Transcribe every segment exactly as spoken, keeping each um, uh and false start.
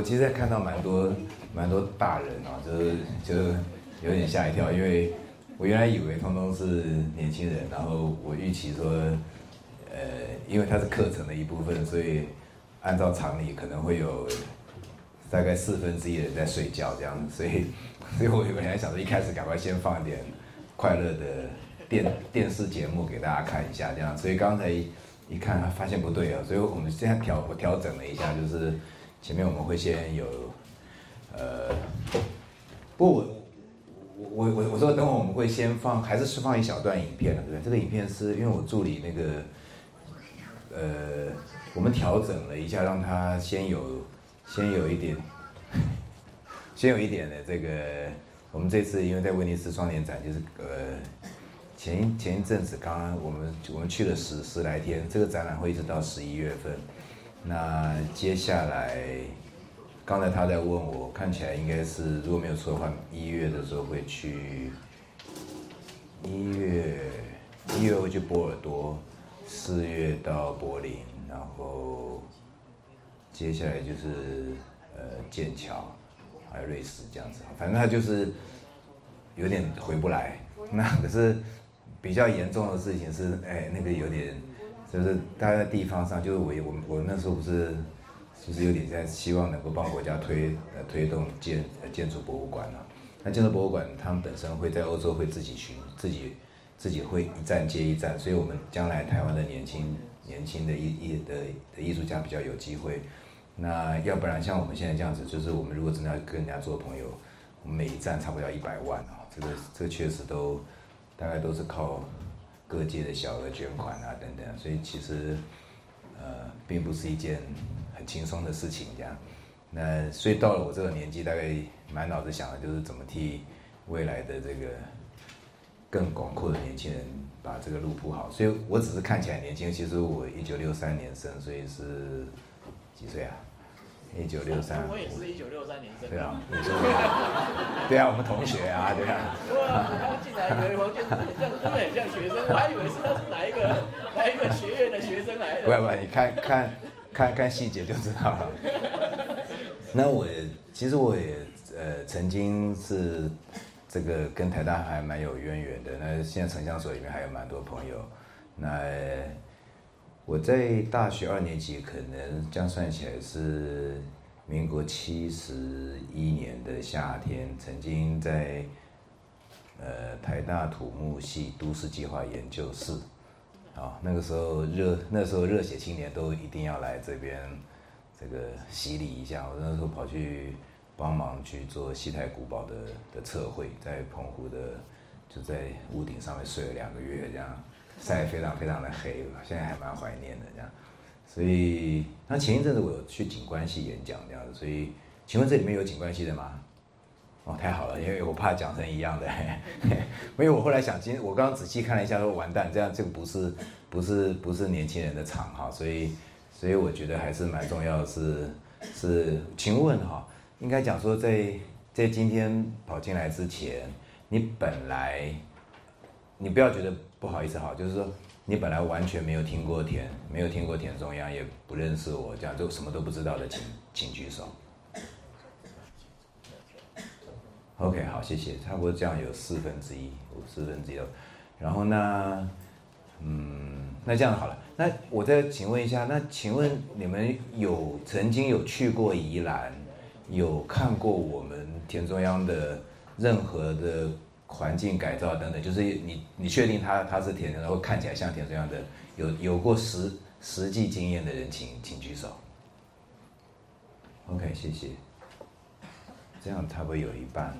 其实看到蛮多蛮多大人啊，就是就有点吓一跳，因为我原来以为通通是年轻人，然后我预期说，呃，因为它是课程的一部分，所以按照常理可能会有大概四分之一的人在睡觉这样子，所以所以我本来想说一开始赶快先放一点快乐的电电视节目给大家看一下这样，所以刚才一一看发现不对啊，所以我们现在调我调整了一下，就是前面我们会先有，呃，不过我我我我说等会我们会先放，还是是放一小段影片，对不对？这个影片是因为我助理那个，呃，我们调整了一下，让他先有先有一点，先有一点的这个，我们这次因为在威尼斯双年展，就是呃。前一前一阵子，刚刚我们我们去了十十来天，这个展览会一直到十一月份。那接下来，刚才他在问我，看起来应该是如果没有错的话，一月的时候会去，一月一月会去波尔多，四月到柏林，然后接下来就是呃剑桥，还有瑞士这样子。反正他就是有点回不来。那可是。比较严重的事情是，哎，那个有点，就是大家在地方上，就是我我我那时候不是，就是有点在希望能够帮国家推呃推动建建筑博物馆啊。那建筑博物馆他们本身会在欧洲会自己巡，自己自己会一站接一站，所以我们将来台湾的年轻年轻的艺艺的的艺术家比较有机会。那要不然像我们现在这样子，就是我们如果真的要跟人家做朋友，我们每一站差不多要一百万啊，这个这个确实都。大概都是靠各界的小额捐款啊等等，所以其实呃并不是一件很轻松的事情这样。那所以到了我这个年纪，大概满脑子想的就是怎么替未来的这个更广阔的年轻人把这个路铺好。所以我只是看起来年轻，其实我一九六三年生，所以是几岁啊？一九六三， 我也是一九六三年生。 对啊，对啊，我们同学啊，对啊。 哇，刚进来以为王建很像，真的很像学生，我还以为是他是哪一个哪一个学院的学生来的。 不不，你看看看看细节就知道了。那我其实我也呃曾经是这个跟台大还蛮有渊源的，那现在城乡所里面还有蛮多朋友，那。我在大学二年级，可能这样算起来是民国七十一年的夏天，曾经在呃台大土木系都市计划研究室，啊，那个时候热那时候热血青年都一定要来这边这个洗礼一下。我那时候跑去帮忙去做西台古堡的的测绘，在澎湖的就在屋顶上面睡了两个月这样。晒得非常非常的黑，现在还蛮怀念的这样，所以那前一阵子我有去景观系演讲这样子，所以请问这里面有景观系的吗？哦，太好了，因为我怕讲成一样的，因为我后来想，今天我刚刚仔细看了一下，说完蛋，这样这个不是不是不是年轻人的场哈，所以所以我觉得还是蛮重要的是是，请问哈，应该讲说在在今天跑进来之前，你本来你不要觉得。不好意思哈，就是说你本来完全没有听过田，没有听过田中央，也不认识我，这样就什么都不知道的，请请举手。OK， 好，谢谢，差不多这样有四分之一，有四分之一了。然后那，嗯，那这样好了，那我再请问一下，那请问你们有曾经有去过宜兰，有看过我们田中央的任何的？环境改造等等，就是你你确定它它是田中央，然后看起来像田中央的，有有过实实际经验的人，请请举手。OK， 谢谢。这样差不多有一半。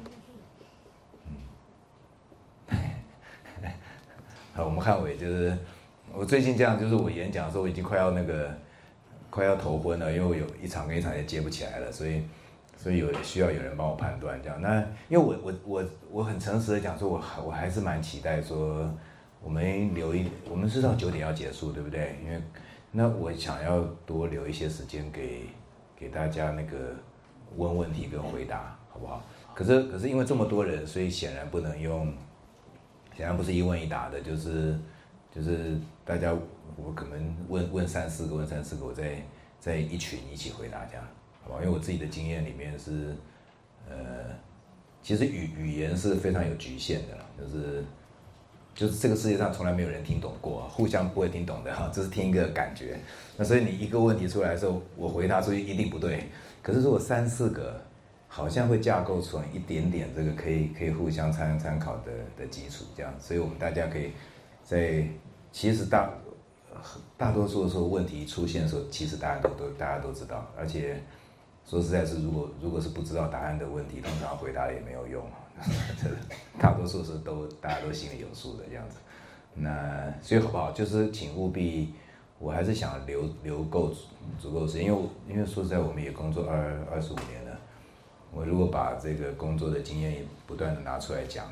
嗯。好，我们汉伟就是我最近这样，就是我演讲的时候，我已经快要那个快要头昏了，因为我有一场跟一场也接不起来了，所以。所以有需要有人帮我判断这样，那因为我我我我很诚实的讲说，我我还是蛮期待说，我们留一，我们是到九点要结束，对不对？因为那我想要多留一些时间给给大家那个问问题跟回答，好不好？可是可是因为这么多人，所以显然不能用，显然不是一问一答的，就是就是大家我可能问问三四个，问三四个，我再再一群一起回答这样。 好吧？因为我自己的经验里面是，呃，其实语语言是非常有局限的啦，就是就是这个世界上从来没有人听懂过，互相不会听懂的哈，这是听一个感觉。那所以你一个问题出来的时候，我回答出去一定不对，可是如果三四个，好像会架构出来一点点这个可以可以互相参参考的的基础，这样，所以我们大家可以在其实大大多数的时候问题出现的时候，其实答案都都大家都知道，而且说实在是，如果如果是不知道答案的问题，通常回答也没有用，大多数是都大家都心里有数的这样子。那所以好不好？就是请务必，我还是想留留够足够的时间，因为因为说实在，我们也工作二二十五年了。我如果把这个工作的经验不断的拿出来讲，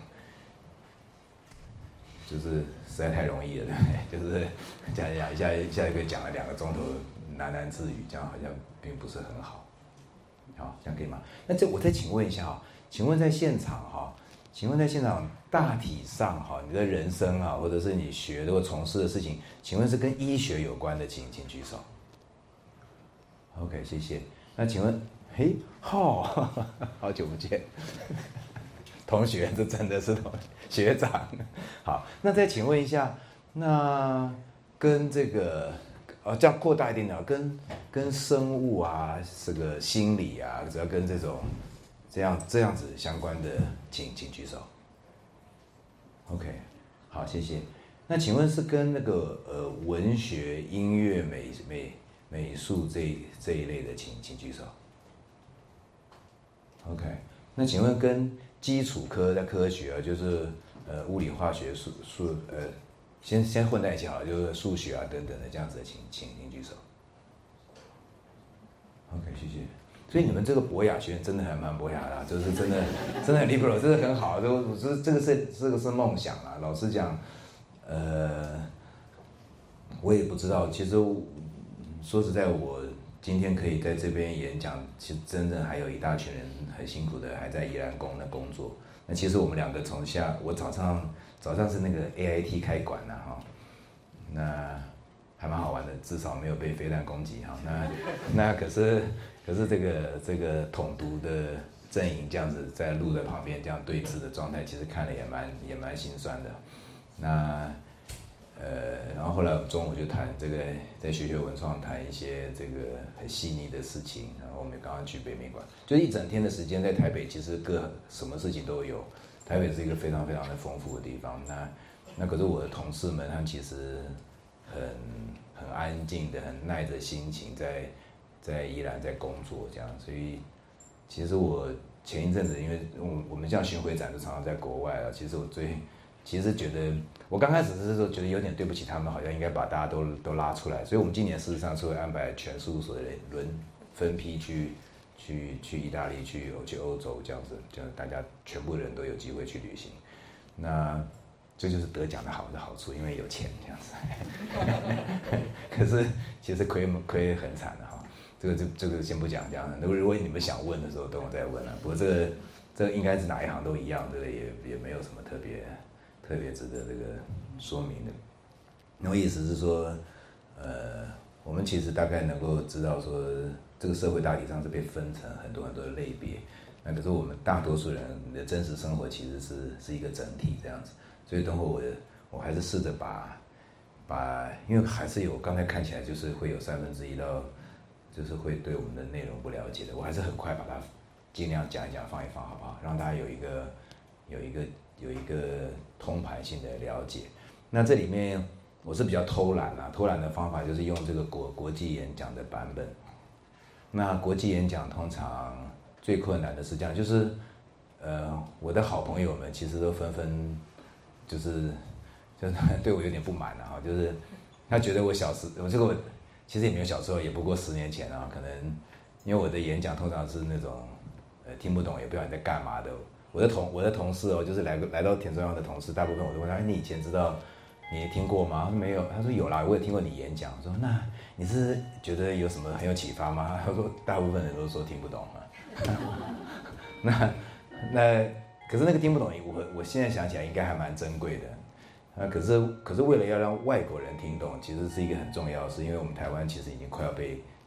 就是实在太容易了，对不对？就是讲讲一下一下就可以讲了两个钟头喃喃自语，这样好像并不是很好。好，这样可以吗？那这我再请问一下哈，请问在现场哈，请问在现场大体上哈，你的人生啊，或者是你学或从事的事情，请问是跟医学有关的，请请举手。OK， 谢谢。那请问？嘿，好、哦，好久不见，同学，这真的是同学长。好，那再请问一下，那跟这个，哦，这样扩大一点点，跟跟生物啊，这个心理啊，只要跟这种这样这样子相关的，请请举手。OK， 好，谢谢。那请问是跟那个呃文学、音乐、美美美术这这一类的，请请举手。OK， 那请问跟基础科的科学啊，就是呃物理、化学、数数呃，先先混在一起好了，就是数学啊等等的这样子的，请请请举手。OK， 谢谢。所以你们这个博雅学院真的还蛮博雅的、啊，就是真的真的很 liberal， 真的很好。这这这个是这个是梦想啊。老实讲，呃，我也不知道。其实说实在，我今天可以在这边演讲，其实真正还有一大群人很辛苦的还在宜兰宫的工作。那其实我们两个从下，我早上早上是那个 A I T 开馆了、啊、哈，那还蛮好玩的，至少没有被飞弹攻击哈。那那可是可是这个这个统独的阵营这样子在路的旁边这样对峙的状态，其实看了也蛮也蛮心酸的。那呃，然后后来我们中午就谈这个，在学学文创谈一些这个很细腻的事情。然后我们刚刚去北美馆，就一整天的时间在台北，其实各什么事情都有。台北是一个非常非常的丰富的地方。那那可是我的同事们，他们其实很很安静的，很耐着心情在在宜兰在工作这样。所以其实我前一阵子，因为我我们像巡回展就常常在国外啊，其实我最其实觉得，我刚开始是说觉得有点对不起他们，好像应该把大家都都拉出来，所以我们今年事实上是会安排全事务所的人轮分批去去去意大利、去去欧洲这样子，这样大家全部人都有机会去旅行。那这就是得奖的好的好处，因为有钱这样子。可是其实亏亏很惨的哈，这个就这个先不讲这样。如果如果你们想问的时候，等我再问了。不过这个这个应该是哪一行都一样，这个也也没有什么特别。特别值得这个说明的，那我意思是说，呃，我们其实大概能够知道说，这个社会大体上是被分成很多很多的类别，那可是我们大多数人的真实生活其实是是一个整体这样子，所以等会我我还是试着把把，因为还是有刚才看起来就是会有三分之一到，就是会对我们的内容不了解的，我还是很快把它尽量讲一讲放一放好不好，让大家有一个有一个。有一个通盘性的了解，那这里面我是比较偷懒啊，偷懒的方法就是用这个国国际演讲的版本。那国际演讲通常最困难的是这样，就是呃，我的好朋友们其实都纷纷就是就是对我有点不满了、啊、哈，就是他觉得我小时我这个其实也没有小时候，也不过十年前啊，可能因为我的演讲通常是那种呃听不懂也不知道你在干嘛的。我的同我的同事哦，就是来来到田中央的同事，大部分我都问他：“你以前知道你听过吗？”他说：“没有。”他说：“有啦，我也听过你演讲。”我说：“那你是觉得有什么很有启发吗？”他说：“大部分人都说听不懂啊。”那那可是那个听不懂，我我现在想起来应该还蛮珍贵的。啊，可是可是为了要让外国人听懂，其实是一个很重要的事，因为我们台湾其实已经快要被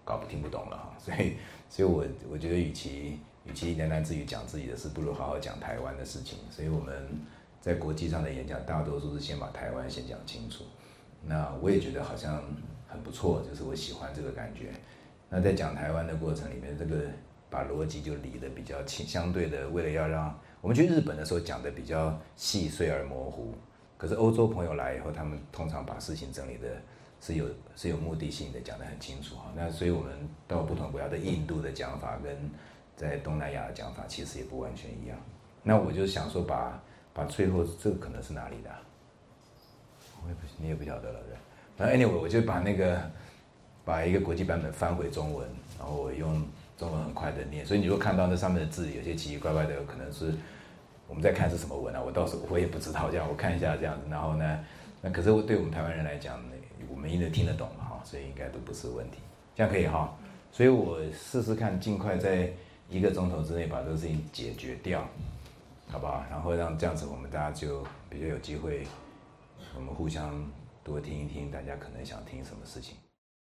搞不听不懂了哈。所以，所以我我觉得与其与其喃喃自语讲自己的事，不如好好讲台湾的事情。所以我们在国际上的演讲，大多数是先把台湾先讲清楚。那我也觉得好像很不错，就是我喜欢这个感觉。那在讲台湾的过程里面，这个把逻辑就理得比较清，相对的，为了要让我们去日本的时候讲的比较细碎而模糊，可是欧洲朋友来以后，他们通常把事情整理的是有是有目的性的，讲得很清楚哈。那所以我们到不同国家的印度的讲法跟在东南亚的讲法其实也不完全一样。那我就想说把把最后这个可能是哪里的、啊？我也不你也不晓得了，对。然后 anyway 我就把那个把一个国际版本翻回中文，然后我用中文很快的念，所以你如果看到那上面的字有些奇奇怪怪的，可能是我们在看是什么文啊，我到时候我也不知道，这样我看一下这样子，然后呢，那可是对我们台湾人来讲，我们应该听得懂嘛哈，所以应该都不是问题，这样可以哈。所以我试试看，尽快在一个钟头之内把这个事情解决掉，好不好？然后让这样子我们大家就比较有机会，我们互相多听一听，大家可能想听什么事情。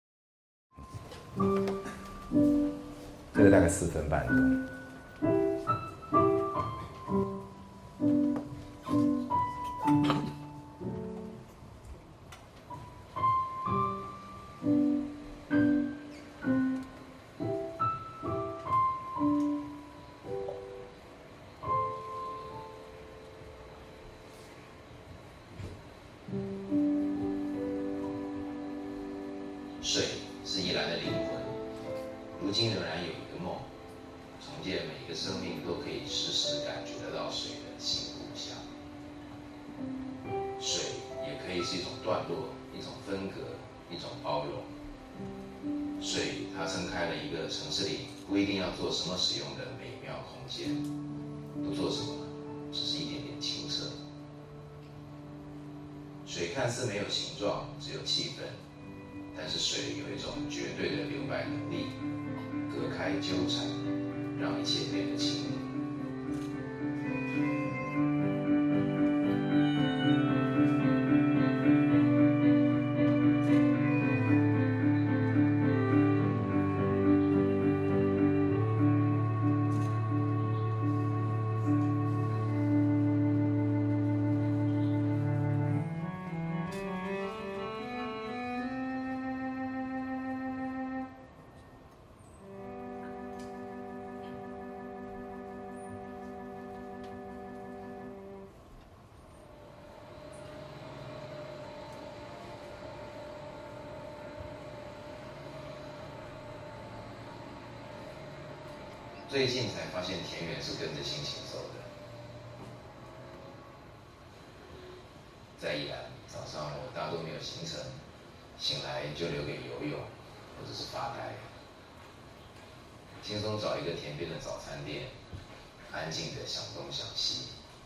这个大概四分半钟。 水是宜兰的灵魂，如今仍然有一个梦，重建每一个生命都可以时时感觉得到水的新故乡。水也可以是一种段落，一种分隔，一种包容。水它撑开了一个城市里不一定要做什么使用的美妙空间，不做什么，只是一点点清澈。水看似没有形状，只有气氛。但是水有一种绝对的留白能力，隔开纠缠，让一切变得亲密。最近才发现田园是跟着心情走的。在宜兰，早上我大多没有行程，醒来就留给游泳或者是发呆，轻松找一个田边的早餐店，安静的想东想西。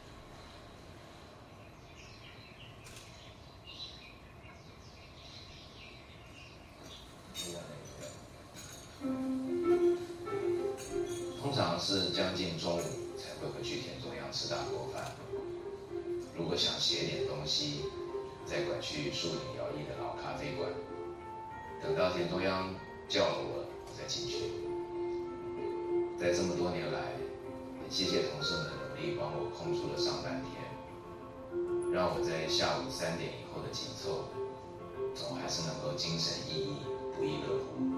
通常是将近中午才会回去田中央吃大锅饭。如果想写点东西，再拐去树顶摇曳的老咖啡馆，等到田中央叫了我，我再进去。在这么多年来，很谢谢同事们努力帮我空出了上半天，让我在下午三点以后的紧凑，总还是能够精神奕奕，不亦乐乎。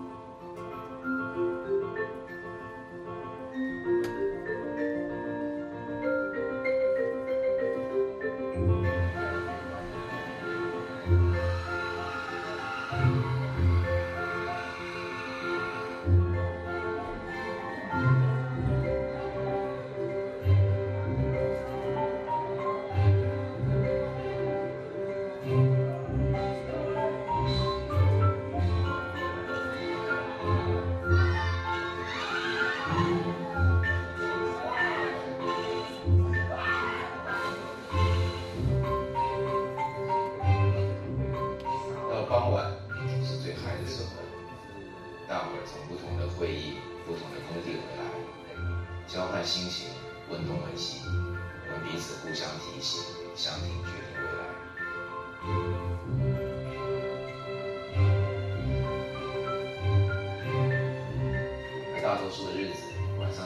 傍晚是最嗨的时候，大伙儿从不同的会议、不同的工地回来，交换心情，问东问西，我们彼此互相提醒，相挺决定未来。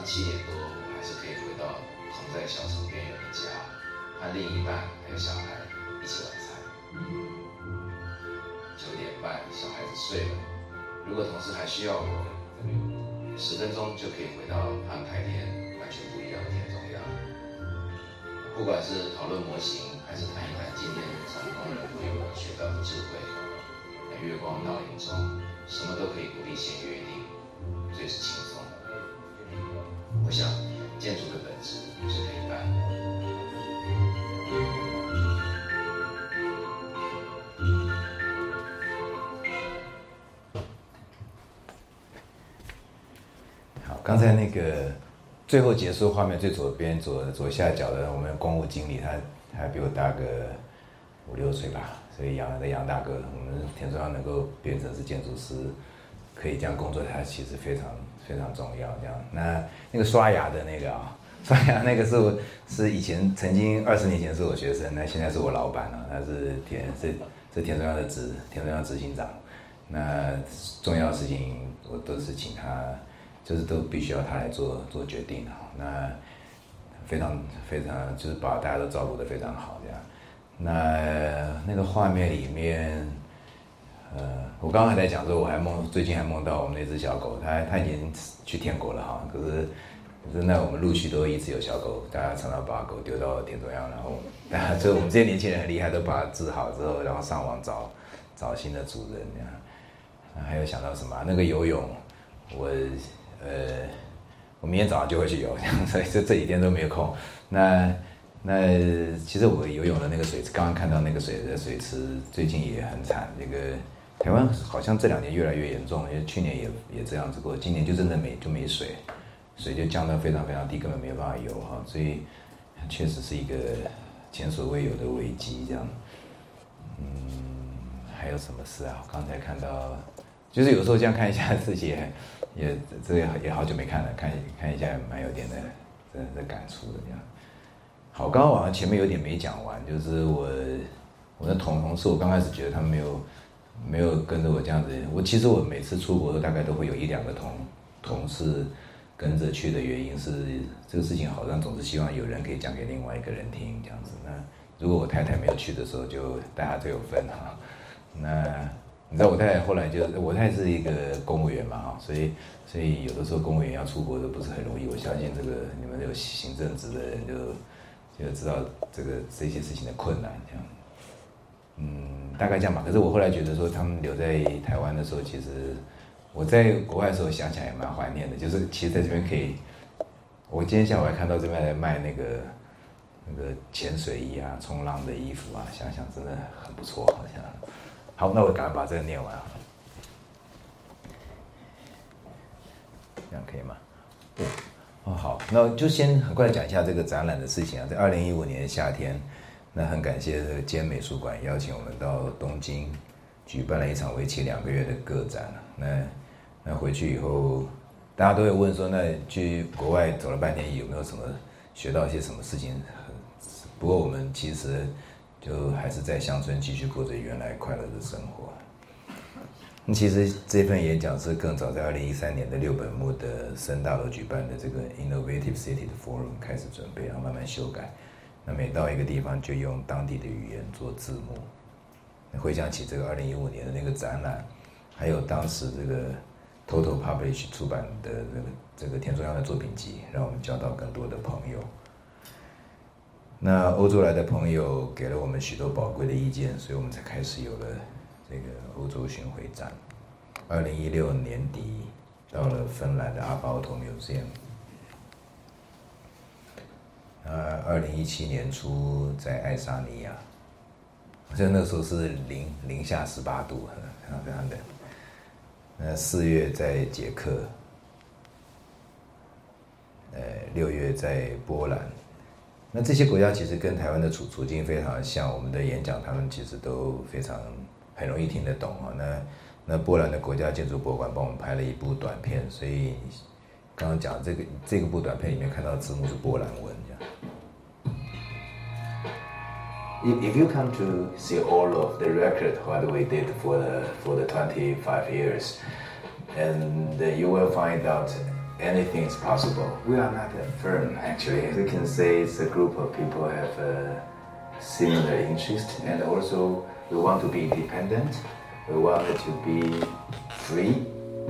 上七点多，我还是可以回到同在小城边缘的家，和另一半还有小孩一起晚餐。九点半，小孩子睡了，如果同事还需要我，十分钟就可以回到和白天完全不一样的田中央。不管是讨论模型，还是谈一谈今天从工人朋友学到的智慧，在月光倒影中，什么都可以不必先约定，最是轻松。我想，建筑的本质是陪伴。 好，刚才那个最后结束画面最左边左左下角的我们公务经理，他他比我大个五六岁吧，所以杨的杨大哥，我们田中央能够变成是建筑师，可以这样工作，他其实非常非常重要。这样，那那个刷牙的那个啊，刷牙那个是我是以前曾经二十年前是我学生，那现在是我老板了，他是田是是田中央的执田中央执行长，那重要的事情我都是请他。就是都必须要他来做做决定啊，那非常非常就是把大家都照顾得非常好这样。那那个画面里面，呃，我刚刚还在讲说，我还梦最近还梦到我们那只小狗，它它已经去天国了哈，可是可是那我们陆续都一直有小狗，大家常常把狗丢到田中央，然后大家就我们这些年轻人很厉害，都把它治好之后，然后上网找找新的主人这样。还有想到什么？那个游泳，我。呃，我明天早上就会去游，所以这这几天都没有空。那那其实我游泳的那个水池，刚刚看到那个水的水池，最近也很惨。这个台湾好像这两年越来越严重，因为去年也也这样子过，今年就真的没就没水，水就降到非常非常低，根本没有办法游哈。所以确实是一个前所未有的危机这样。嗯，还有什么事啊？我刚才看到。就是有时候这样看一下自己也，也这也也好久没看了，看看一下蛮有点的的的感触的这样。好，刚刚好像前面有点没讲完，就是我我的同同事，我刚开始觉得他们没有没有跟着我这样子，我其实我每次出国大概都会有一两个同同事跟着去的原因是这个事情好像总是希望有人可以讲给另外一个人听这样子。那如果我太太没有去的时候，就大家都有分哈。那你知道我太太后来就我太太是一个公务员嘛哈，所以所以有的时候公务员要出国都不是很容易。我相信这个你们有行政职的人就就知道这个这些事情的困难这样。嗯，大概这样吧。可是我后来觉得说他们留在台湾的时候，其实我在国外的时候想起来也蛮怀念的。就是其实在这边可以，我今天下午还看到这边在卖那个那个潜水衣啊、冲浪的衣服啊，想想真的很不错，好像。好，那我赶快把这个念完，这样可以吗？对，哦好，那就先很快讲一下这个展览的事情啊。在二零一五年夏天，那很感谢这个坚美术馆邀请我们到东京举办了一场为期两个月的个展。那那回去以后，大家都会问说，那去国外走了半天，有没有什么学到一些什么事情？不过我们其实。就还是在乡村继续过着原来快乐的生活。那其实这份演讲是更早在二零一三年的六本木的森大楼举办的这个 Innovative City 的 Forum 开始准备，然后慢慢修改。那每到一个地方就用当地的语言做字幕。那回想起这个二零一五年的那个展览，还有当时这个 Total Publish 出版的这个这个田中央的作品集，让我们交到更多的朋友。那欧洲来的朋友给了我们许多宝贵的意见，所以我们才开始有了这个欧洲巡回展。二零一六年底到了芬兰的阿巴奥托 Museum， 呃，二零一七年初在爱沙尼亚，好像那时候是零零下十八度，非常非常冷。那四月在捷克，呃，六月在波兰。那这些国家其实跟台湾的处处境非常像，我们的演讲他们其实都非常很容易听得懂啊。那那波兰的国家建筑博物馆帮我们拍了一部短片，所以刚刚讲这个这个部短片里面看到的字幕是波兰文这样。If if you come to see all of the record what we did for the for the twenty-five years, and you will find out anything is possible. We are not a firm, actually. We can say it's a group of people who have a similar interest, and also we want to be independent. We want it to be free.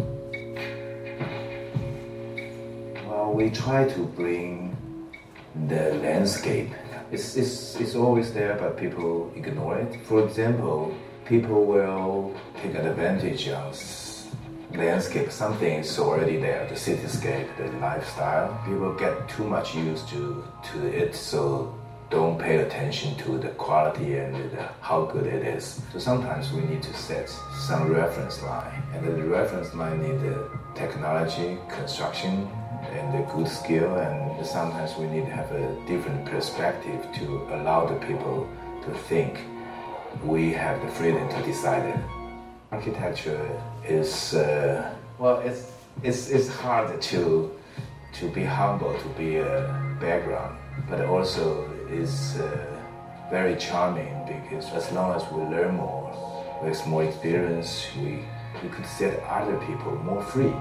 Well, we try to bring the landscape. It's, it's, it's always there, but people ignore it. For example, people will take advantage of landscape. Something is already there, the cityscape, the lifestyle. People get too much used to, to it, so don't pay attention to the quality and the, how good it is. So sometimes we need to set some reference line, and the reference line need the technology, construction, and the good skill, and sometimes we need to have a different perspective to allow the people to think. We have the freedom to decide it. Architecture is, uh, well, it's, it's, it's hard to, to be humble, to be a background, but also is uh, very charming, because as long as we learn more, with more experience, we, we could set other people more free.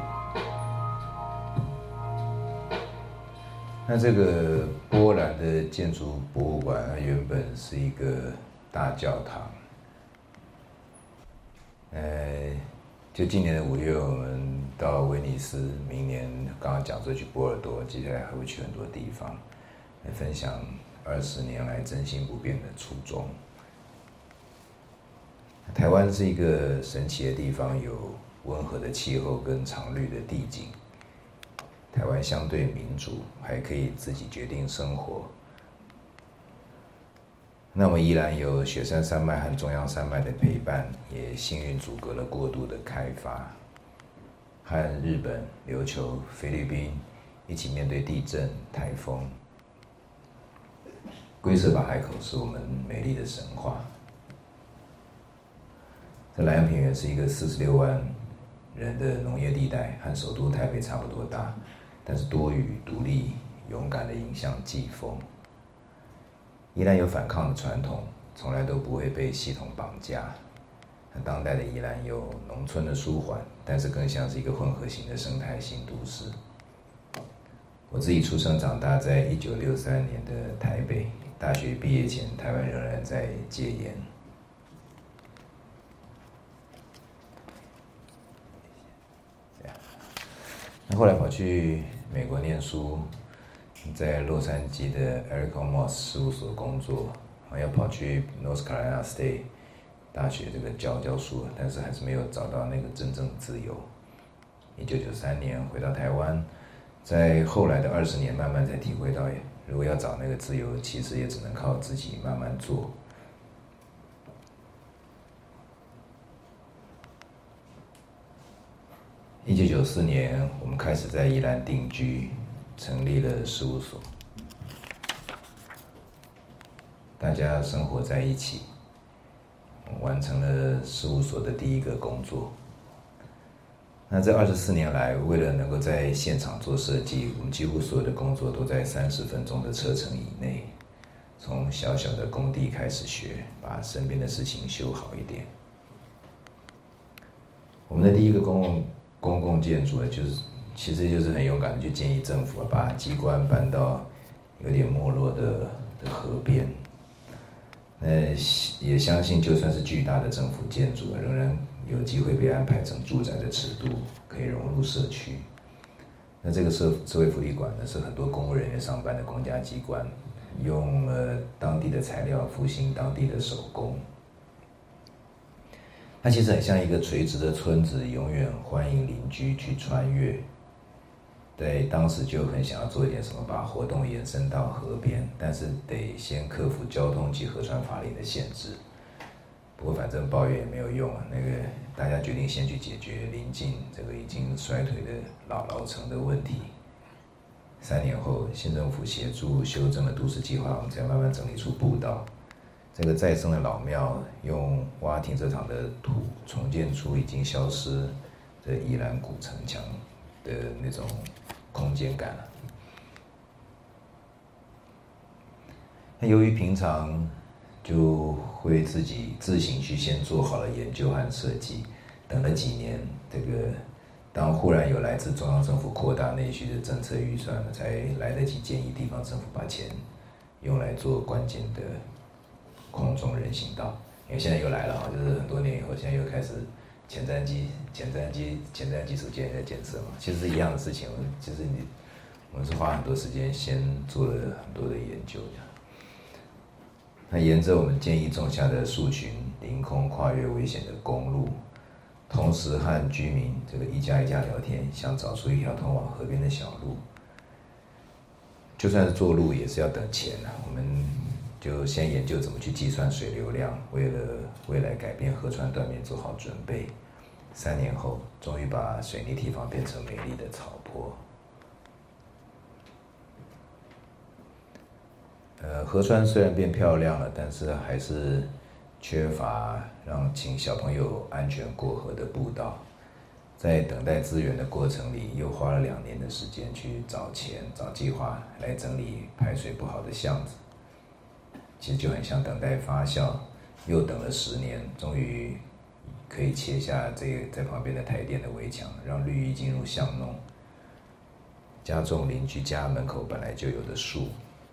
那这个波兰的建筑博物馆，它原本是一个大教堂。呃，就今年的五月，我们到威尼斯，明年刚刚讲说去波尔多，接下来还会去很多地方，来分享二十年来真心不变的初衷。台湾是一个神奇的地方，有温和的气候跟常绿的地景。台湾相对民主，还可以自己决定生活。那我们宜兰有雪山山脉和中央山脉的陪伴，也幸运阻隔了过度的开发。和日本、琉球、菲律宾一起面对地震、台风。龟舍把海口是我们美丽的神话。这南洋平原是一个四十六万人的农业地带，和首都台北差不多大。但是多雨、独立、勇敢的迎向季风。宜兰有反抗的传统，从来都不会被系统绑架。那当代的宜兰有农村的舒缓，但是更像是一个混合型的生态新都市。我自己出生长大在一九六三年的台北，大学毕业前，台湾仍然在戒严。后来跑去美国念书，在洛杉矶的 Eric Moss 事务所工作，要跑去 North Carolina State 大学这个教教书，但是还是没有找到那个真正自由。一九九三年回到台湾，在后来的二十年，慢慢才体会到，如果要找那个自由，其实也只能靠自己慢慢做。一九九四年，我们开始在宜兰定居，成立了事务所，大家生活在一起，完成了事务所的第一个工作。那这二十四年来，为了能够在现场做设计，我们几乎所有的工作都在三十分钟的车程以内，从小小的工地开始学，把身边的事情修好一点。我们的第一个公共公共建筑就是，其实就是很勇敢的去建议政府把机关搬到有点没落的的河边。呃，也相信就算是巨大的政府建筑，仍然有机会被安排成住宅的尺度，可以融入社区。那这个社社会福利馆呢，是很多公务人员上班的公家机关，用了当地的材料复兴当地的手工。它其实很像一个垂直的村子，永远欢迎邻居去穿越。在当时就很想要做一点什么，把活动延伸到河边，但是得先克服交通及河川法令的限制。不过反正抱怨也没有用啊，那个大家决定先去解决邻近这个已经衰退的老老城的问题。三年后，县政府协助修正了都市计划，我们才慢慢整理出步道。这个再生的老庙用挖停车场的土重建出已经消失的宜兰古城墙的那种空间感。那由于平常就会自己自行去先做好了研究和设计，等了几年，这个当忽然有来自中央政府扩大内需的政策预算，才来得及建议地方政府把钱用来做关键的空中人行道。因为现在又来了哈，就是很多年以后，现在又开始前瞻基、前瞻基、前瞻基础建设建设嘛，其实是一样的事情。其实你我们是花很多时间先做了很多的研究的。那沿着我们建议种下的数群凌空跨越危险的公路，同时和居民这个一家一家聊天，想找出一条通往河边的小路。就算是做路，也是要等钱啊。我们就先研究怎么去计算水流量，为了未来改变河川断面做好准备。三年后，终于把水泥堤防变成美丽的草坡。呃，河川虽然变漂亮了，但是还是缺乏让请小朋友安全过河的步道。在等待资源的过程里，又花了两年的时间去找钱、找计划来整理排水不好的巷子。其实就很像等待发酵，又等了十年，终于可以切下这个在旁边的台电的围墙，让绿意进入巷弄，加种邻居家门口本来就有的树。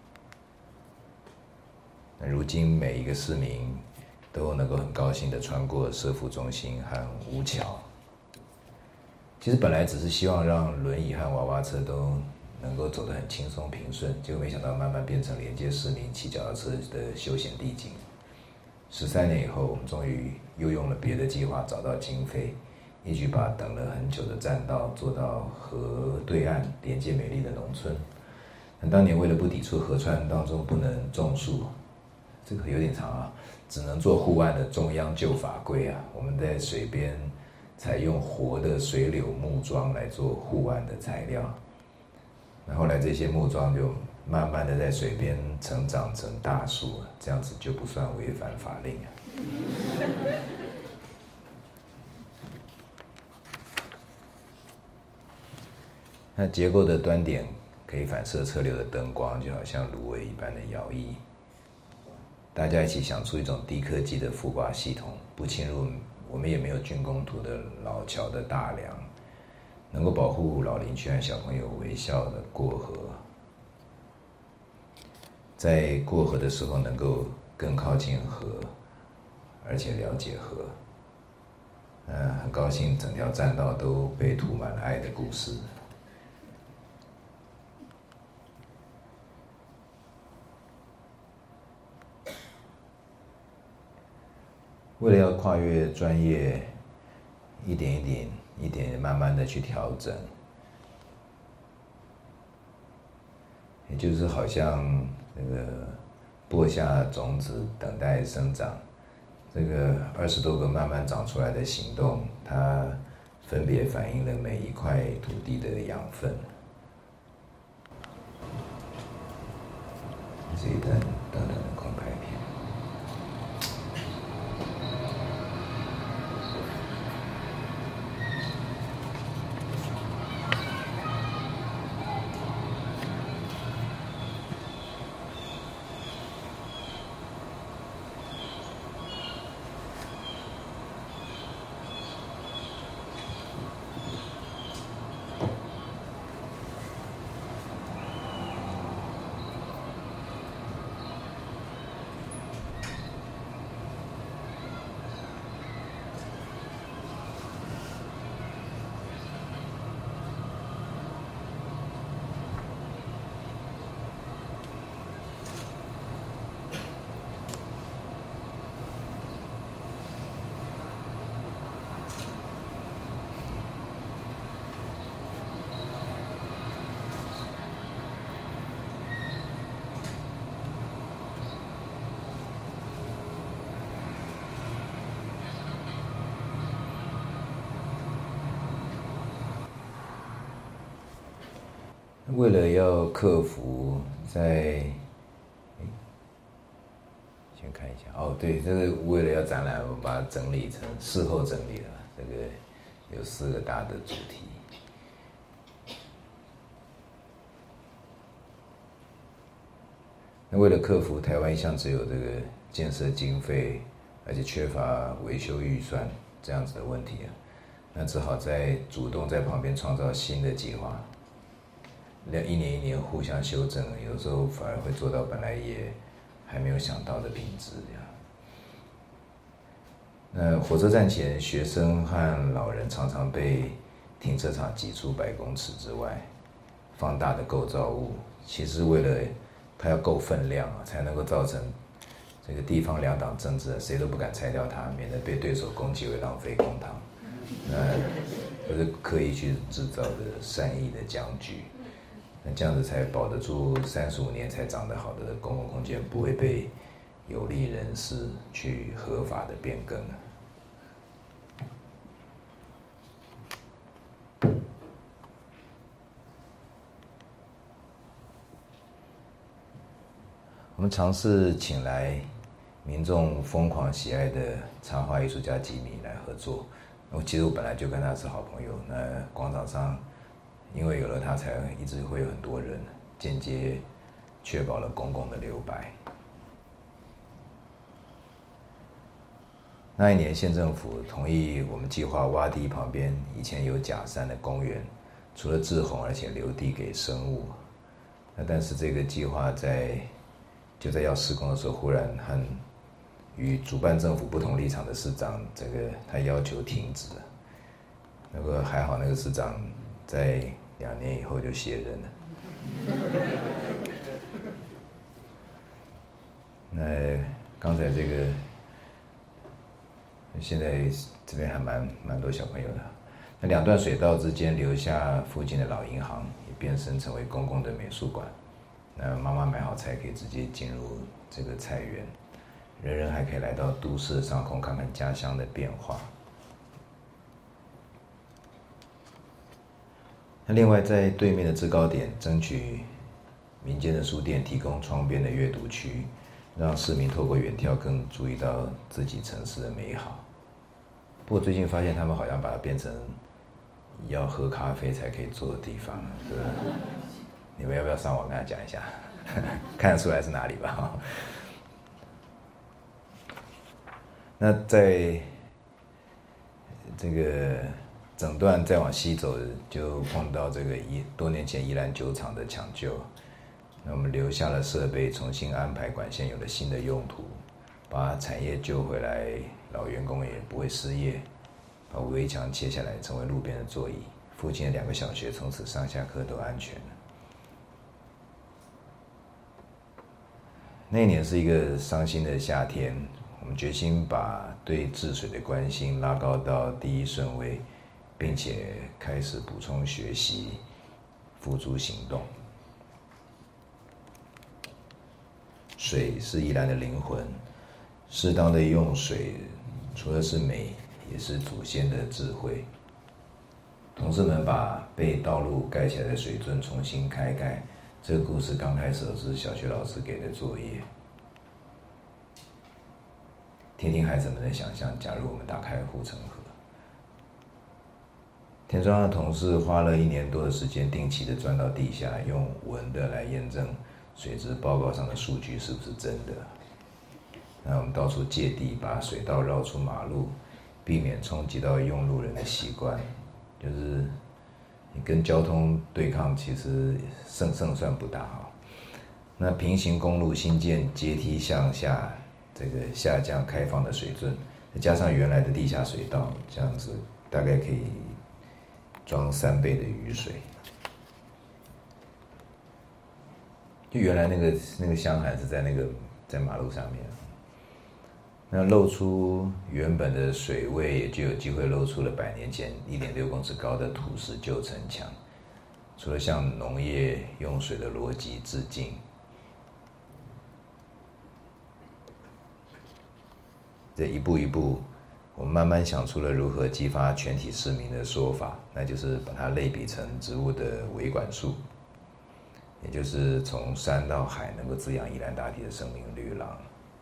那如今每一个市民都能够很高兴地穿过社福中心和吴桥。其实本来只是希望让轮椅和娃娃车都能够走得很轻松平顺，结果没想到慢慢变成连接市民骑脚踏车的休闲地景。十三年以后，我们终于又用了别的计划找到经费，一举把等了很久的栈道做到河对岸，连接美丽的农村。但当年为了不抵触河川当中不能种树，这个有点长啊，只能做护岸的中央旧法规啊，我们在水边采用活的水柳木桩来做护岸的材料。那后来这些木桩就慢慢的在水边成长成大树，这样子就不算违反法令啊。那结构的端点可以反射车流的灯光，就好像芦苇一般的摇曳。大家一起想出一种低科技的覆挂系统，不侵入我们也没有竣工图的老桥的大梁，能够保护老邻居和小朋友微笑的过河，在过河的时候能够更靠近河，而且了解河。呃，很高兴整条栈道都被涂满了爱的故事。为了要跨越专业，一点一点、一点慢慢的去调整，也就是好像那个播下种子，等待生长。这个二十多个慢慢长出来的行动，它分别反映了每一块土地的养分。这一段短短的空拍片。为了要克服在，先看一下哦，对，这个为了要展览，我把它整理成事后整理了，这个有四个大的主题。那为了克服台湾一向只有这个建设经费，而且缺乏维修预算这样子的问题啊， 那只好在主动在旁边创造新的计划，一年一年互相修正，有时候反而会做到本来也还没有想到的品质这样。那火车站前，学生和老人常常被停车场挤出百公尺之外，放大的构造物，其实为了它要够分量啊，才能够造成这个地方两党政治，谁都不敢拆掉它，免得被对手攻击为浪费公帑。那都是刻意去制造的善意的僵局。那这样子才保得住三十五年才长得好的公共空间不会被有利人士去合法的变更。我们尝试请来民众疯狂喜爱的插画艺术家吉米来合作。我其实我本来就跟他是好朋友，那广场上因为有了他，才一直会有很多人，间接确保了公共的留白。那一年，县政府同意我们计划挖地旁边以前有假山的公园，除了滞洪，而且留地给生物。那但是这个计划在就在要施工的时候，忽然和与主办政府不同立场的市长，这个他要求停止了。那个还好，那个市长在两年以后就卸任了。那刚才这个，现在这边还蛮蛮多小朋友的。那两段水道之间留下附近的老银行，也变身成为公共的美术馆。那妈妈买好菜可以直接进入这个菜园。人人还可以来到都市的上空看看家乡的变化。那另外在对面的制高点争取民间的书店提供窗边的阅读区，让市民透过远眺更注意到自己城市的美好。不过最近发现他们好像把它变成要喝咖啡才可以坐的地方，是吧？你们要不要上网跟他讲一下？看得出来是哪里吧？那在这个整段再往西走，就碰到这个一多年前宜兰酒厂的抢救。那我们留下了设备，重新安排管线有了新的用途，把产业救回来，老员工也不会失业，把围墙切下来成为路边的座椅，附近的两个小学从此上下课都安全了。那一年是一个伤心的夏天。我们决心把对治水的关心拉高到第一顺位，并且开始补充学习，付诸行动。水是宜兰的灵魂，适当的用水，除了是美，也是祖先的智慧。同事们把被道路盖起来的水樽重新开盖，这个故事刚开始是小学老师给的作业。听听孩子们的想象，假如我们打开护城河。田庄的同事花了一年多的时间，定期的钻到地下，用闻的来验证水质报告上的数据是不是真的。那我们到处借地，把水道绕出马路，避免冲击到用路人的习惯。就是你跟交通对抗，其实胜胜算不大哈。那平行公路新建阶梯向下。这个下降开放的水樽，再加上原来的地下水道，这样子大概可以装三倍的雨水。就原来那个那个箱涵是在那个在马路上面，那露出原本的水位，也就有机会露出了百年前一点六公尺高的土石旧城墙。除了向农业用水的逻辑致敬。这一步一步，我们慢慢想出了如何激发全体市民的说法，那就是把它类比成植物的维管束，也就是从山到海能够滋养宜兰大地的生命绿廊。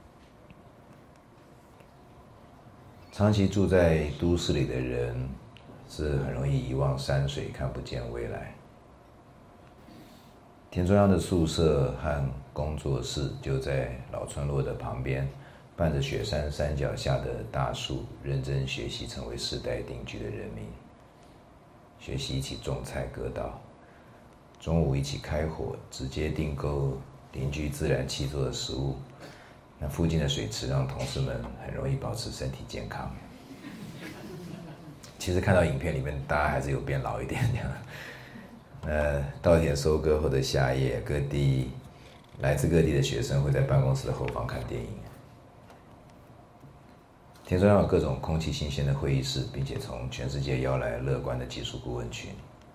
长期住在都市里的人，是很容易遗忘山水，看不见未来。田中央的宿舍和工作室就在老村落的旁边。 伴着雪山山脚下的大树，认真学习成为世代定居的人民。学习一起种菜割稻，中午一起开火，直接订购邻居自然契作的食物。那附近的水池让同事们很容易保持身体健康。其实看到影片里面，大家还是有变老一点这样。呃，稻田收割后的夏夜，各地来自各地的学生会在办公室的后方看电影。田中央有各种空气新鲜的会议室，并且从全世界邀来乐观的技术顾问群。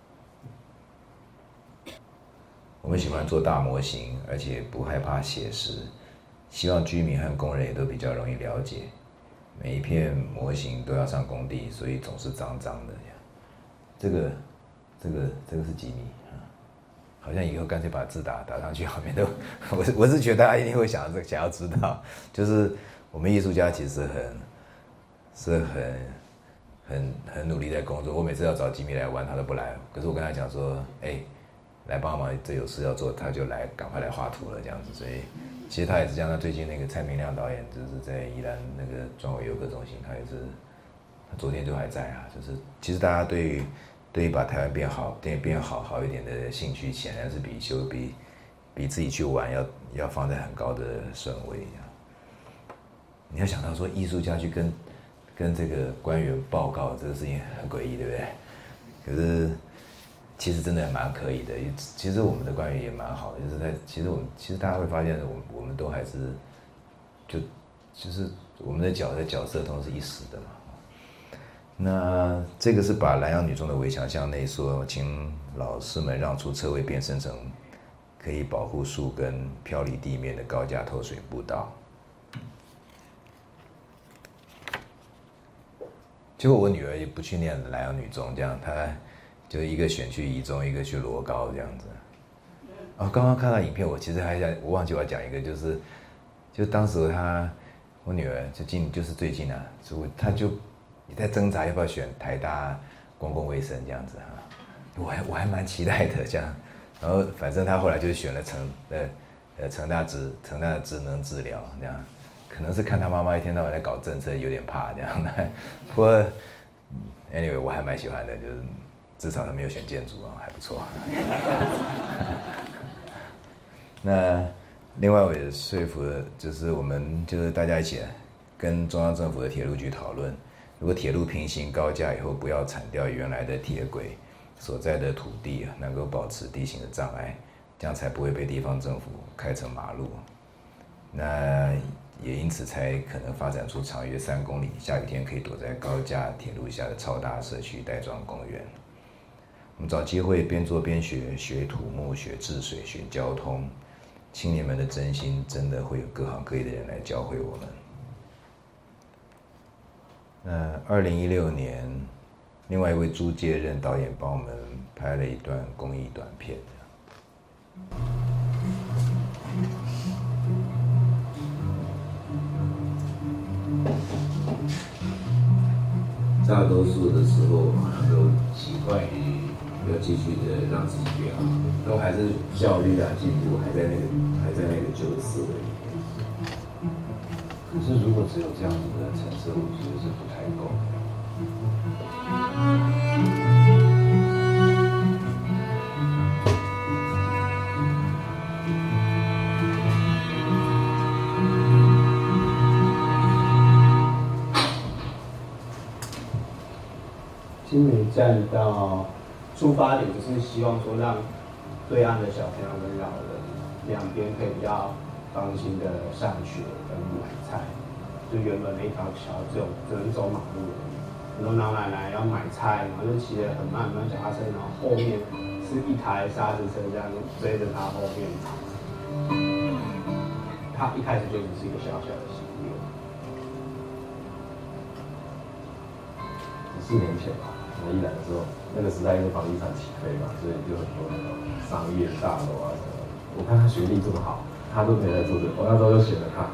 我们喜欢做大模型，而且不害怕写实，希望居民和工人也都比较容易了解。每一片模型都要上工地，所以总是脏脏的。这个，这个，这个是几米啊？好像以后干脆把字打打上去，后面都，我是我是觉得大家一定会想要想要知道，就是我们艺术家其实很。是很很很努力在工作。我每次要找吉米来玩，他都不来。可是我跟他讲说，哎、欸，来帮忙，这有事要做，他就来，赶快来画图了这样子。所以其实他也是这样。他最近那个蔡明亮导演，就是在宜兰那个专委游客中心，他也是，他昨天就还在啊。就是其实大家对于对于把台湾变好、变变好好一点的兴趣，显然是比修比比自己去玩要要放在很高的顺位。你要想到说，艺术家去跟跟这个官员报告这个事情很诡异，对不对？可是其实真的蛮可以的。其实我们的官员也蛮好的，就是在其实我们其实大家会发现，我们我们都还是就就是我们的角的角色都是一时的嘛。那这个是把南洋女中的围墙向内缩，请老师们让出车位，变身成可以保护树根、飘离地面的高架透水步道。结果我女儿也不去念南洋女中，这样她就一个选去宜中，一个去罗高这样子。哦，刚刚看到影片，我其实还想，我忘记我要讲一个，就是就当时她我女儿就近就是最近啊，所以她就也在挣扎要不要选台大公共卫生这样子哈。我还我还蛮期待的这样，然后反正她后来就选了成呃呃成大职成大的职能治疗这样。可能是看他妈妈一天到晚在搞政策，有点怕这样的。不过 ，anyway， 我还蛮喜欢的，就是至少他没有选建筑啊，还不错。那另外我也说服了，就是我们就是大家一起跟中央政府的铁路局讨论，如果铁路平行高架以后，不要铲掉原来的铁轨所在的土地，能够保持地形的障碍，这样才不会被地方政府开成马路。那也因此才可能发展出长约三公里，下雨天可以躲在高架铁路下的超大社区袋庄公园。我们找机会边做边学，学土木、学治水、学交通。青年们的真心，真的会有各行各业的人来教会我们。那二零一六年，另外一位朱介任导演帮我们拍了一段公益短片。 大多数的时候，好像都习惯于要继续的让自己变好，都还是效率啊、进步还在那个还在那个旧的思维。可是如果只有这样子的层次，我觉得是不太够的。 新美站到出发点就是希望说，让对岸的小朋友跟老人两边可以比较放心的上学跟买菜。就原本那条桥只有只能走马路而已，很多老奶奶要买菜，然后就骑得很慢，很慢脚踏车，然后后面是一台砂石车这样追着他后面跑。他一开始就只是一个小小的心愿。 四年前吧。我一来的时候，那个时代因为房地产起飞嘛，所以就很多那种商业大楼啊什么的。我看他学历这么好，他都没在做这个，我那时候就选了他。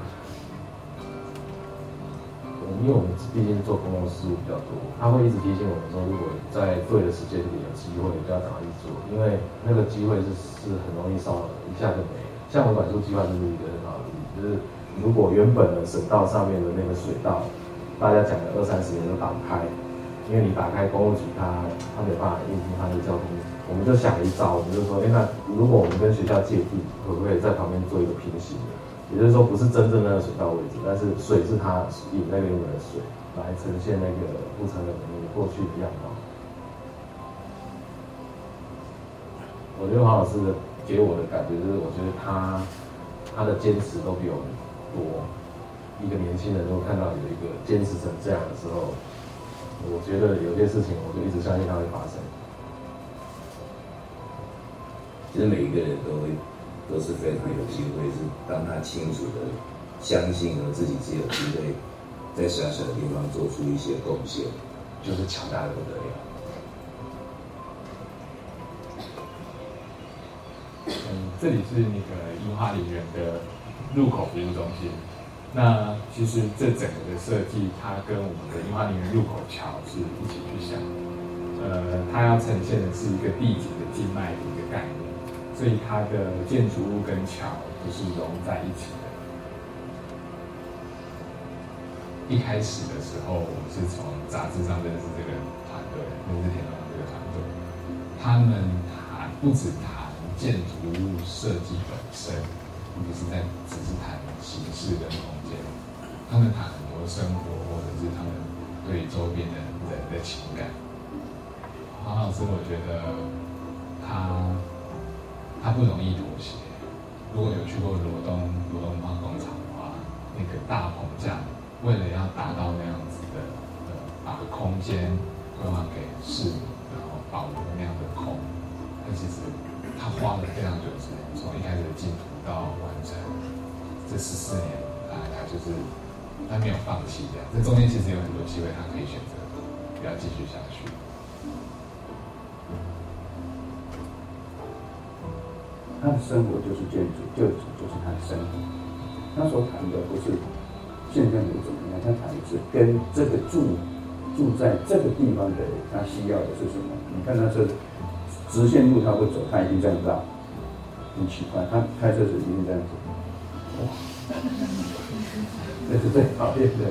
因为我们毕竟做公共事务比较多，他会一直提醒我们说，如果在对的时间点有机会，就要赶快去做，因为那个机会是是很容易烧的，一下就没了。像我管束计划就是一个很好的例子，就是如果原本的省道上面的那个水道，大家讲的二三十年都打不开，因为你打开公路局它它没办法应付它的交通，我们就想一招，我们就说，哎，那如果我们跟学校借地，可不可以在旁边做一个平行的？也就是说，不是真正那个水道位置，但是水是它引那个原本的水，来呈现那个护城河的那个过去的样貌。我觉得黄老师的给我的感觉就是，我觉得他他的坚持都比我们多。一个年轻人如果看到有一个坚持成这样的时候，我觉得有些事情我就一直相信它会发生。 其实每一个人都会都是非常有机会，是当他清楚的相信了自己是有机会在小小的地方做出一些贡献， 就是强大的不得了。 嗯，这里是那个樱花林园的入口服务中心。那其实这整个的设计，它跟我们的樱花林园入口桥是一起去想。呃，它要呈现的是一个地景的静脉的一个概念，所以它的建筑物跟桥都是融在一起的。一开始的时候，我是从杂志上认识这个团队，认识田中这个团队，他们谈不只谈建筑物设计本身，不是在只是谈形式跟空间，他们谈很多生活或者是他们对周边的人的情感。黄老师，我觉得他他不容易妥协。如果有去过罗东罗东化工厂的话，那个大棚架为了要达到那样子的呃，把空间规划给市民，然后保留那样的空，但其实他花了非常久的时间，从一开始的进图到完成，这十四年来，他就是他没有放弃这样。这中间其实有很多机会，他可以选择不要继续下去。 他的生活就是建筑，建筑就是他的生活。他所谈的不是现在你怎么样，他谈的是跟这个住住在这个地方的人，他需要的是什么？你看他这直线路他会走，他一定这样绕，很奇怪，他开车时一定这样子。哇，这是最讨厌的。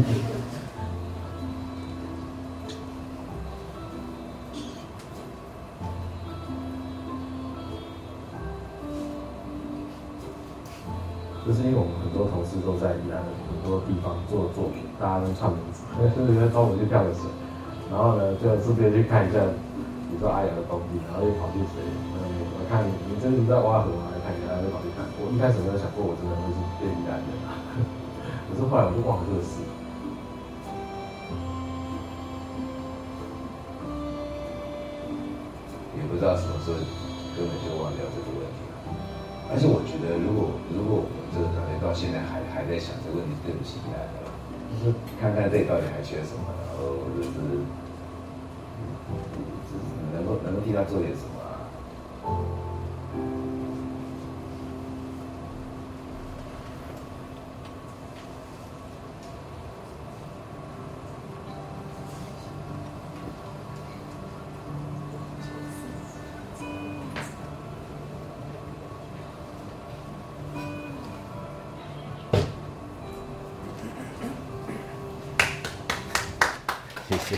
就是因为我们很多同事都在宜兰的很多地方做作品，大家都串名字，所以招我去跳个水，然后呢，就顺便去看一下，比如说阿雅的工地，然后又跑去水，嗯，我看你你这是在挖河嘛，来看一下，就跑去看。我一开始没有想过我真的会是变宜兰人啊，可是后来我就忘了这个事。 也不知道什么时候根本就忘掉这个问题了。而且我觉得，如果如果我们这个团队到现在还还在想这个问题，对不起大家，就是看看这里到底还缺什么，然后就是就是能够能够替他做点什么啊。 谢谢。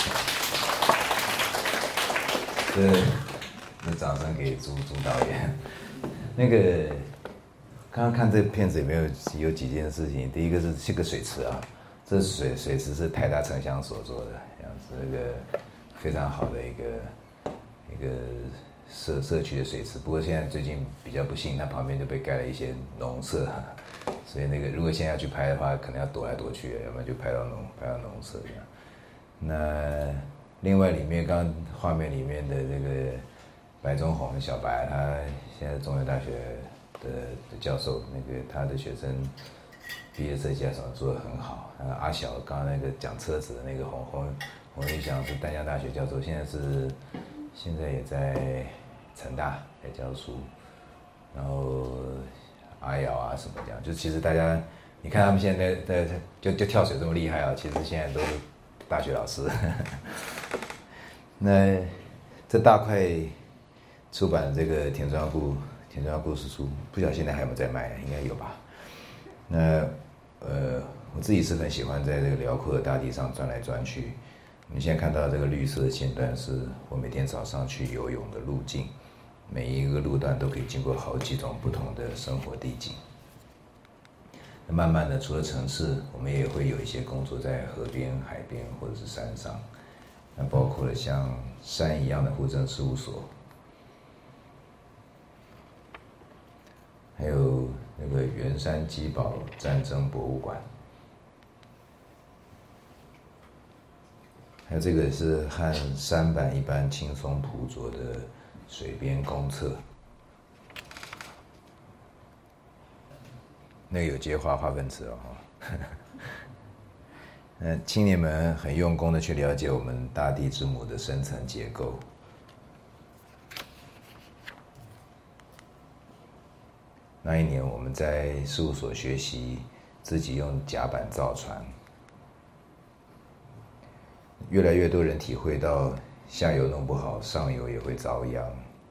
这那掌声给朱朱导演。那个刚刚看这片子里面有有几件事情，第一个是这个水池啊，这水水池是台大城乡所做的，这样子那个非常好的一个一个社社区的水池。不过现在最近比较不幸，它旁边就被盖了一些农舍，所以那个如果现在要去拍的话，可能要躲来躲去，要不然就拍到农拍到农舍这样。那另外里面刚刚画面里面的这个白中红小白，他现在中原大学的的教授，那个他的学生毕业设计啊什么做得很好。那阿小刚刚那个讲车子的那个洪洪洪玉祥是淡江大学教授，现在是现在也在成大在教书。然后阿瑶啊什么这样，就其实大家你看他们现在在就就跳水这么厉害啊，其实现在都是大学老师。那这大块出版的这个田庄故田庄故事书，不晓得现在还有没有在卖，应该有吧。那我自己是很喜欢在这个辽阔的大地上转来转去。我们现在看到这个绿色的线段是我每天早上去游泳的路径，每一个路段都可以经过好几种不同的生活地景。那慢慢的，除了城市，我们也会有一些工作在河边、海边或者是山上，那包括了像山一样的户政事务所，还有那个圆山基堡战争博物馆，还有这个是和山板一般轻松朴拙的水边公厕。那个有接化化粪池哦，呃，青年们很用功的去了解我们大地之母的深层结构。那一年我们在事务所学习自己用甲板造船，越来越多人体会到下游弄不好，上游也会遭殃。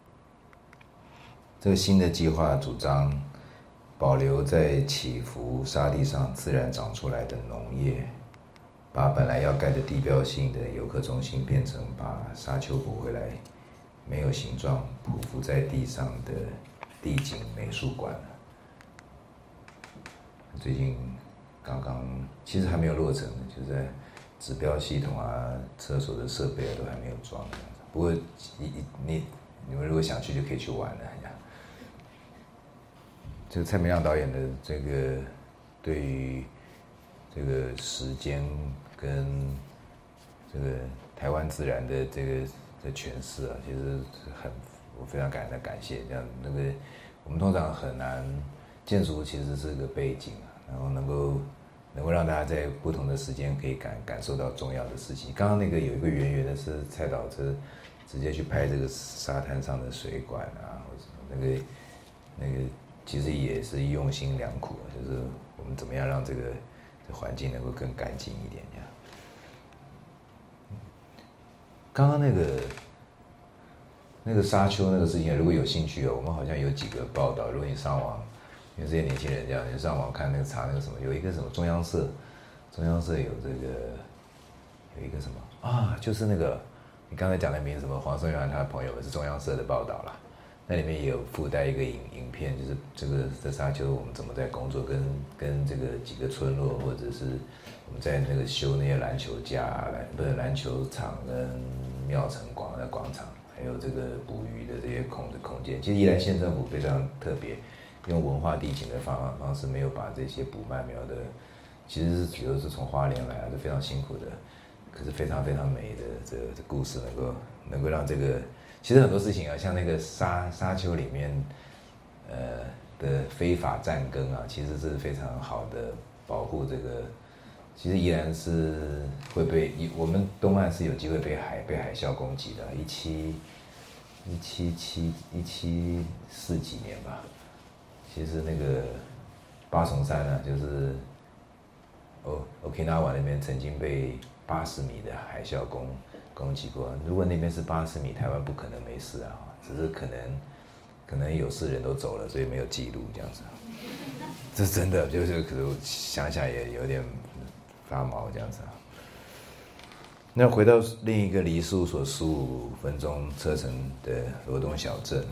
这个新的计划主张保留在起伏沙地上自然长出来的农业，把本来要盖的地标性的游客中心变成把沙丘补回来，没有形状匍匐在地上的地景美术馆。最近刚刚其实还没有落成，就在指标系统啊、厕所的设备啊都还没有装。不过你你你们如果想去就可以去玩了。这个蔡明亮导演的这个对于这个时间跟这个台湾自然的这个的诠释啊，其实很我非常感恩感谢。这样那个我们通常很难，建筑其实是个背景啊，然后能够能够让大家在不同的时间可以感感受到重要的事情。刚刚那个有一个圆圆的是蔡导是直接去拍这个沙滩上的水管啊，或者那个那个。其实也是用心良苦，就是我们怎么样让这个这环境能够更干净一点这样。刚刚那个那个沙丘那个事情，如果有兴趣哦，我们好像有几个报道，如果你上网，因为这些年轻人这样，你上网看那个查那个什么，有一个什么中央社，中央社有这个有一个什么啊，就是那个你刚才讲的名字什么黄松元他的朋友是中央社的报道啦。那里面也有附带一个影影片，就是这个在沙丘我们怎么在工作，跟跟这个几个村落，或者是我们在那个修那些篮球架、篮不是篮球场跟庙城广的广场，还有这个捕鱼的这些空的空间。其实宜兰县政府非常特别，用文化地景的方方式，没有把这些补漫描的，其实是主要是从花莲来啊，是非常辛苦的，可是非常非常美的这这故事能够能够让这个。其实很多事情啊，像那个沙沙丘里面，呃的非法占耕啊，其实是非常好的保护这个。其实依然是会被我们东岸是有机会被海被海啸攻击的，一七一七七一七四几年吧。其实那个八重山啊，就是哦 Okinawa 那边曾经被八十米的海啸攻。攻击过，如果那边是八十米，台湾不可能没事啊，只是可能可能有事人都走了，所以没有记录这样子。这真的就是可能想想也有点发毛这样子啊。那回到另一个离事务所十五分钟车程的罗东小镇，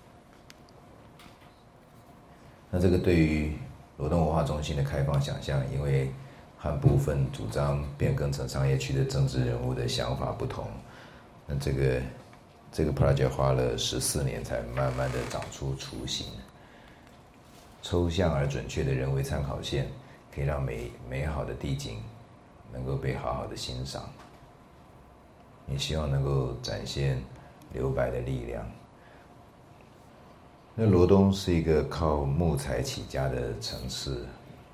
那这个对于罗东文化中心的开放想象，因为和部分主张变更成商业区的政治人物的想法不同，那这个这个 project 花了十四年才慢慢的长出雏形。抽象而准确的人为参考线，可以让美美好的地景能够被好好的欣赏。也希望能够展现留白的力量。那罗东是一个靠木材起家的城市。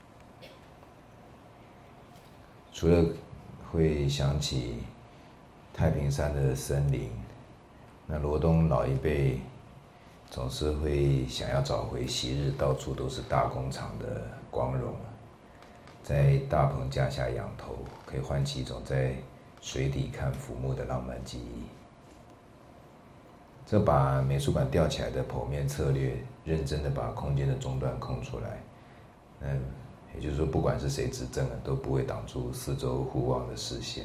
除了会想起太平山的森林，那罗东老一辈总是会想要找回昔日到处都是大工厂的光荣，在大棚架下仰头，可以唤起一种在水底看浮木的浪漫记忆。这把美术馆吊起来的剖面策略，认真的把空间的中段空出来，那也就是说，不管是谁执政了，都不会挡住四周互望的视线。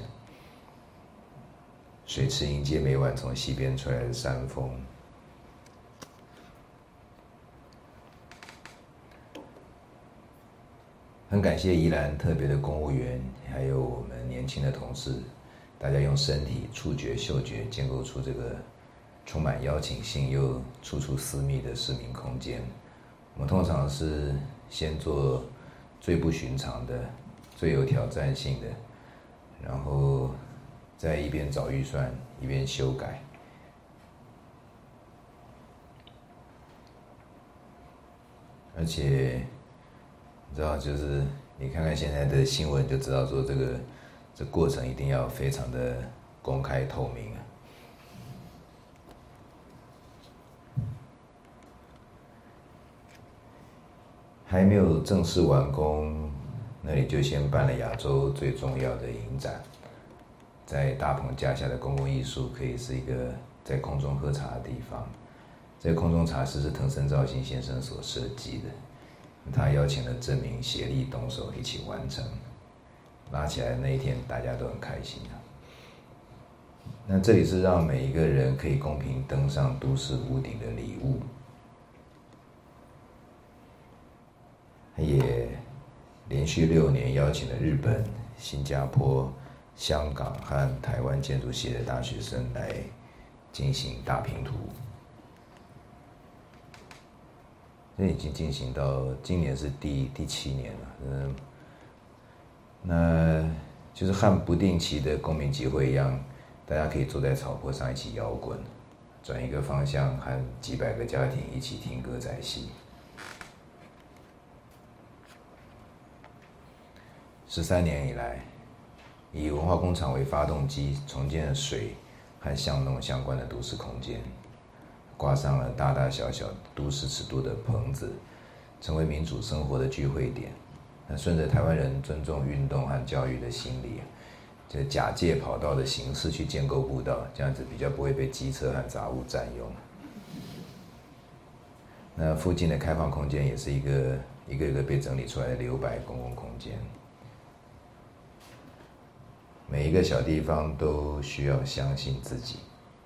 水池迎接每晚从西边吹来的山风。很感谢宜兰特别的公务员，还有我们年轻的同事，大家用身体、触觉、嗅觉建构出这个充满邀请性又处处私密的市民空间。我们通常是先做最不寻常的、最有挑战性的，然后再一边找预算，一边修改。而且你知道，就是你看看现在的新闻，就知道说这个这过程一定要非常的公开透明啊。还没有正式完工，那里就先办了亚洲最重要的影展。在大棚架下的公共艺术，可以是一个在空中喝茶的地方。这个空中茶室是藤森照信先生所设计的，他邀请了证明协力动手一起完成。拉起来的那一天，大家都很开心啊。那这里是让每一个人可以公平登上都市屋顶的礼物。也连续六年邀请了日本、新加坡、香港和台湾建筑系的大学生来进行大评图。这已经进行到今年是第第七年了，嗯，那就是和不定期的公民集会一样，大家可以坐在草坡上一起摇滚，转一个方向，和几百个家庭一起听歌仔戏。十三年以来，以文化工厂为发动机，重建了水和巷弄相关的都市空间，挂上了大大小小都市尺度的棚子，成为民主生活的聚会点。那顺着台湾人尊重运动和教育的心理，就假借跑道的形式去建构步道，这样子比较不会被机车和杂物占用。那附近的开放空间也是一个一个一个被整理出来的留白公共空间。每一个小地方都需要相信自己。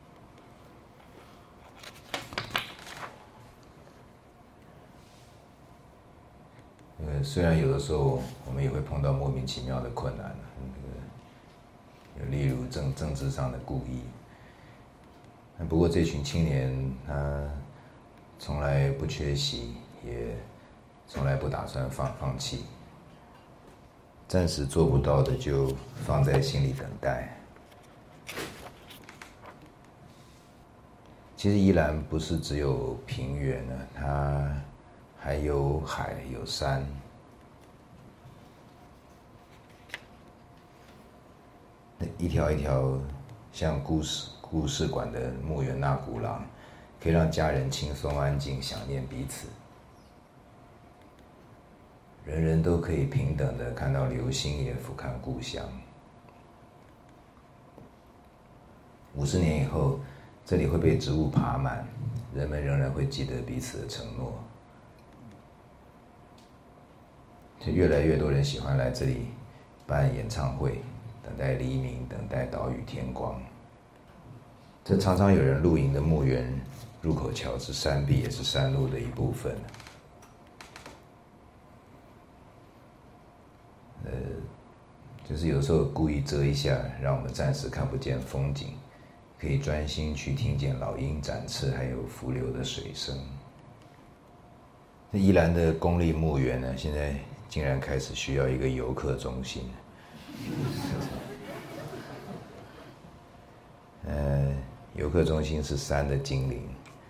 呃，虽然有的时候我们也会碰到莫名其妙的困难，那个，例如政政治上的故意。不过这群青年他从来不缺席，也从来不打算放放弃。暂时做不到的就放在心里等待。其实宜兰不是只有平原呢，它还有海有山。一条一条像故事故事馆的木园纳古廊，可以让家人轻松安静想念彼此。人人都可以平等的看到流星，也俯瞰故乡。五十年以后，这里会被植物爬满，人们仍然会记得彼此的承诺。就越来越多人喜欢来这里办演唱会，等待黎明，等待岛屿天光。这常常有人露营的墓园入口桥是山壁，也是山路的一部分。呃，就是有时候故意遮一下，让我们暂时看不见风景，可以专心去听见老鹰展翅，还有浮流的水声。这宜兰的公立墓园呢，现在竟然开始需要一个游客中心。呃，游客中心是山的精灵。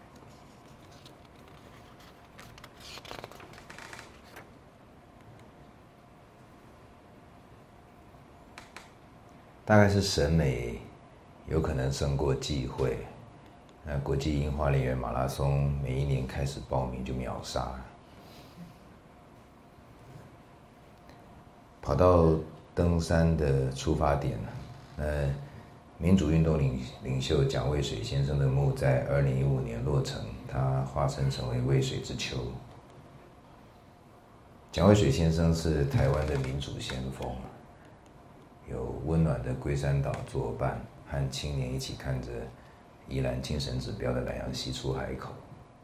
大概是审美有可能胜过忌讳。那国际樱花陵园马拉松每一年开始报名就秒杀。跑到登山的出发点，那民主运动领领袖蒋渭水先生的墓在二零一五年落成，他化身成为渭水之丘。 蒋渭水先生是台湾的民主先锋，有温暖的龟山岛作伴，和青年一起看着宜兰精神指标的南洋溪出海口。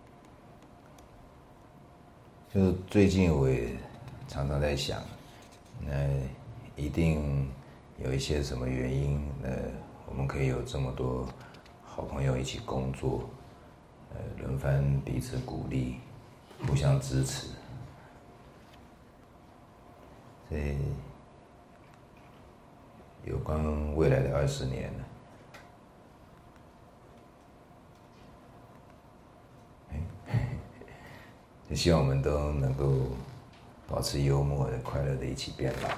就最近我也常常在想，那一定有一些什么原因，呃，我们可以有这么多好朋友一起工作，呃，轮番彼此鼓励，互相支持。所以，有关未来的二十年，就希望我们都能够保持幽默的、快乐的，一起变老。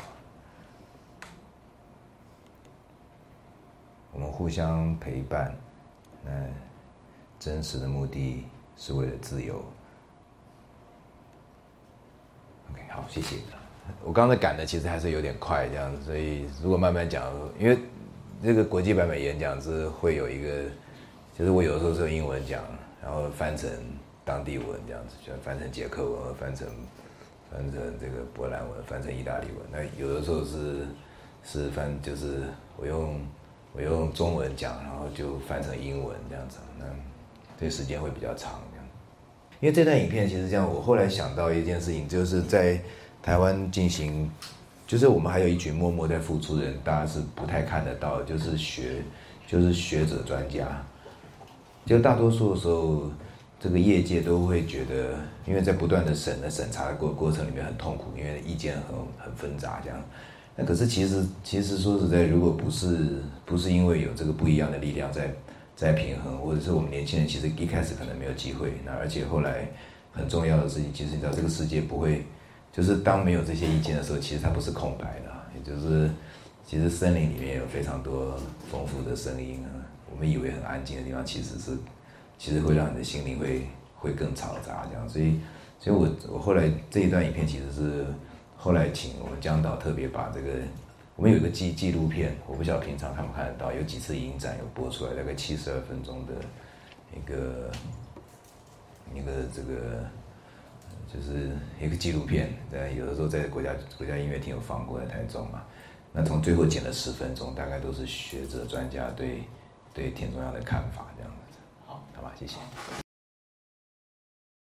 我们互相陪伴，那真实的目的是为了自由。OK， 好，谢谢。我刚才赶的其实还是有点快，这样子，所以如果慢慢讲，因为这个国际版本演讲是会有一个，就是我有的时候是用英文讲，然后翻成当地文这样子，就翻成捷克文，翻成翻成这个波兰文，翻成意大利文。那有的时候是是翻，就是我用我用中文讲，然后就翻成英文这样子，那这时间会比较长这样。因为这段影片其实这样，我后来想到一件事情，就是在台湾进行，就是我们还有一群默默在付出的人，大家是不太看得到的，就是学，就是学者专家。就大多数的时候，这个业界都会觉得，因为在不断的审的审查的过过程里面很痛苦，因为意见很很纷杂这样。那可是其实其实说实在，如果不是不是因为有这个不一样的力量在在平衡，或者是我们年轻人其实一开始可能没有机会，那而且后来很重要的事情，其实你知道这个世界不会。就是当没有这些意见的时候，其实它不是空白的，也就是其实森林里面有非常多丰富的声音啊。我们以为很安静的地方，其实是其实会让你的心灵会会更嘈杂这样。所以，所以我我后来这一段影片其实是后来请我们江导特别把这个，我们有一个纪纪录片，我不晓得平常看不看得到，有几次影展有播出来，大概七十二分钟的一个一个这个。就是一个纪录片，在有的时候在国家国家音乐厅有放过，在台中嘛。那从最后剪了十分钟，大概都是学者专家对对田中央的看法这样子。好，好吧，谢谢。